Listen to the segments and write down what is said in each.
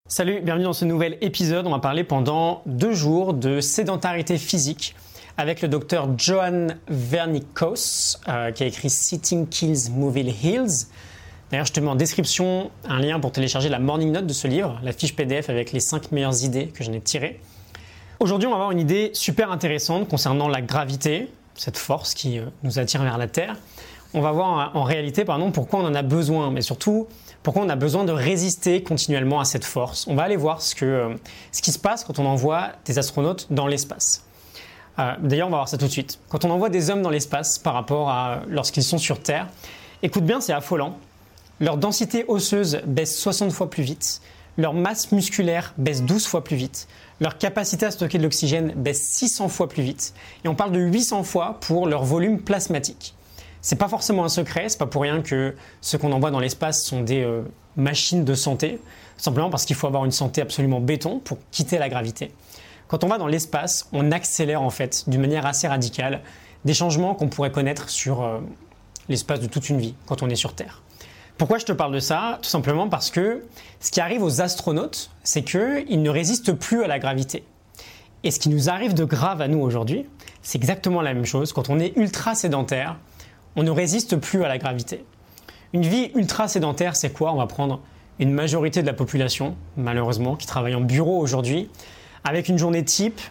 Salut, bienvenue dans ce nouvel épisode. On va parler pendant 2 jours de sédentarité physique avec le docteur Joan Vernikos qui a écrit Sitting Kills Moving Heals. D'ailleurs, je te mets en description un lien pour télécharger la morning note de ce livre, la fiche PDF avec les 5 meilleures idées que j'en ai tirées. Aujourd'hui, on va avoir une idée super intéressante concernant la gravité, cette force qui nous attire vers la Terre. On va voir en réalité pourquoi on en a besoin, mais surtout pourquoi on a besoin de résister continuellement à cette force. On va aller voir ce qui se passe quand on envoie des astronautes dans l'espace. D'ailleurs, on va voir ça tout de suite. Quand on envoie des hommes dans l'espace par rapport à lorsqu'ils sont sur Terre, écoute bien, c'est affolant. Leur densité osseuse baisse 60 fois plus vite, leur masse musculaire baisse 12 fois plus vite, leur capacité à stocker de l'oxygène baisse 600 fois plus vite, et on parle de 800 fois pour leur volume plasmatique. C'est pas forcément un secret, c'est pas pour rien que ceux qu'on envoie dans l'espace sont des machines de santé, simplement parce qu'il faut avoir une santé absolument béton pour quitter la gravité. Quand on va dans l'espace, on accélère en fait d'une manière assez radicale des changements qu'on pourrait connaître sur l'espace de toute une vie quand on est sur Terre. Pourquoi je te parle de ça? Tout simplement parce que ce qui arrive aux astronautes, c'est qu'ils ne résistent plus à la gravité. Et ce qui nous arrive de grave à nous aujourd'hui, c'est exactement la même chose. Quand on est ultra sédentaire, on ne résiste plus à la gravité. Une vie ultra sédentaire, c'est quoi? On va prendre une majorité de la population, malheureusement, qui travaille en bureau aujourd'hui, avec une journée type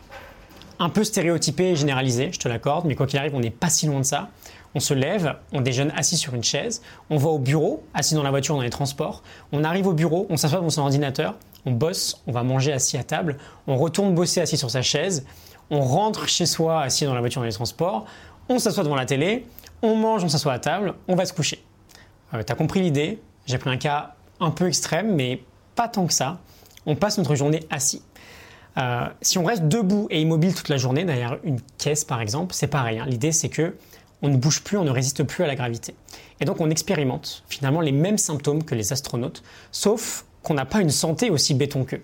un peu stéréotypée et généralisée, je te l'accorde, mais quoi qu'il arrive, on n'est pas si loin de ça. On se lève, on déjeune assis sur une chaise, on va au bureau, assis dans la voiture, dans les transports, on arrive au bureau, on s'assoit devant son ordinateur, on bosse, on va manger assis à table, on retourne bosser assis sur sa chaise, on rentre chez soi assis dans la voiture, dans les transports, on s'assoit devant la télé, on mange, on s'assoit à table, on va se coucher. T'as compris l'idée, j'ai pris un cas un peu extrême, mais pas tant que ça. On passe notre journée assis. Si on reste debout et immobile toute la journée, derrière une caisse par exemple, c'est pareil. L'idée c'est que on ne bouge plus, on ne résiste plus à la gravité. Et donc on expérimente finalement les mêmes symptômes que les astronautes, sauf qu'on n'a pas une santé aussi béton qu'eux,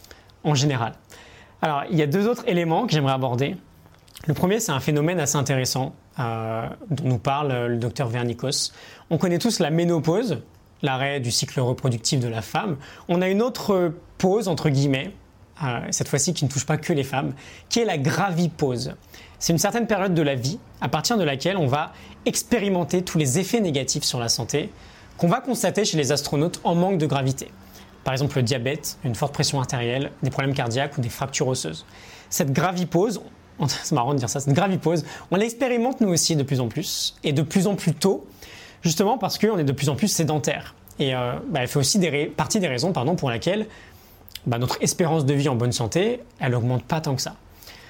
en général. Alors il y a 2 autres éléments que j'aimerais aborder. Le premier, c'est un phénomène assez intéressant dont nous parle le docteur Vernikos. On connaît tous la ménopause, l'arrêt du cycle reproductif de la femme. On a une autre pause, entre guillemets, cette fois-ci qui ne touche pas que les femmes, qui est la gravipause. C'est une certaine période de la vie à partir de laquelle on va expérimenter tous les effets négatifs sur la santé qu'on va constater chez les astronautes en manque de gravité. Par exemple le diabète, une forte pression artérielle, des problèmes cardiaques ou des fractures osseuses. Cette gravipause, c'est marrant de dire ça, cette gravipause, on l'expérimente nous aussi de plus en plus et de plus en plus tôt, justement parce qu'on est de plus en plus sédentaire. Et elle fait aussi partie des raisons pour lesquelles notre espérance de vie en bonne santé, elle n'augmente pas tant que ça.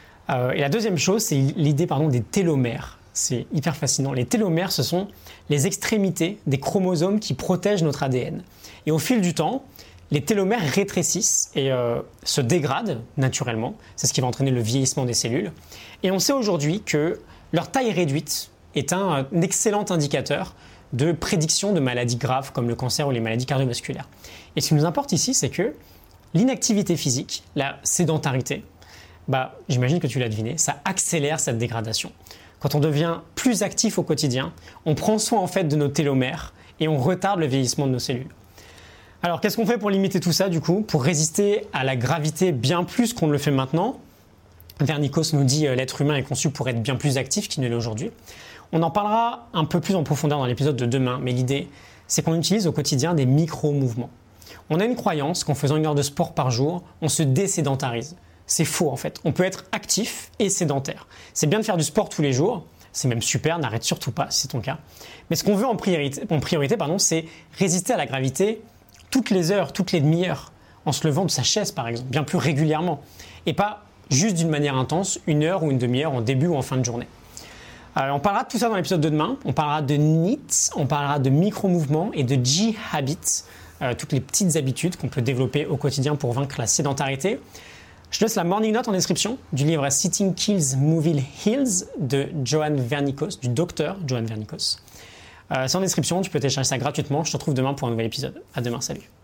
Et la deuxième chose, c'est l'idée des télomères. C'est hyper fascinant. Les télomères, ce sont les extrémités des chromosomes qui protègent notre ADN. Et au fil du temps, les télomères rétrécissent et se dégradent naturellement. C'est ce qui va entraîner le vieillissement des cellules. Et on sait aujourd'hui que leur taille réduite est un excellent indicateur de prédiction de maladies graves comme le cancer ou les maladies cardiovasculaires. Et ce qui nous importe ici, c'est que l'inactivité physique, la sédentarité, j'imagine que tu l'as deviné, ça accélère cette dégradation. Quand on devient plus actif au quotidien, on prend soin en fait de nos télomères et on retarde le vieillissement de nos cellules. Alors qu'est-ce qu'on fait pour limiter tout ça du coup, pour résister à la gravité bien plus qu'on ne le fait maintenant? Vernikos nous dit l'être humain est conçu pour être bien plus actif qu'il ne l'est aujourd'hui. On en parlera un peu plus en profondeur dans l'épisode de demain, mais l'idée c'est qu'on utilise au quotidien des micro-mouvements. On a une croyance qu'en faisant 1 heure de sport par jour, on se désédentarise. C'est faux en fait, on peut être actif et sédentaire. C'est bien de faire du sport tous les jours, c'est même super, n'arrête surtout pas si c'est ton cas. Mais ce qu'on veut en priorité, c'est résister à la gravité toutes les heures, toutes les demi-heures, en se levant de sa chaise par exemple, bien plus régulièrement. Et pas juste d'une manière intense, 1 heure ou une demi-heure en début ou en fin de journée. On parlera de tout ça dans l'épisode de demain, on parlera de NEAT, on parlera de micro-mouvements et de G-Habits, toutes les petites habitudes qu'on peut développer au quotidien pour vaincre la sédentarité. Je te laisse la morning note en description du livre Sitting Kills Moving Heals de Joan Vernikos, du docteur Joan Vernikos. C'est en description, tu peux télécharger ça gratuitement. Je te retrouve demain pour un nouvel épisode. À demain, salut.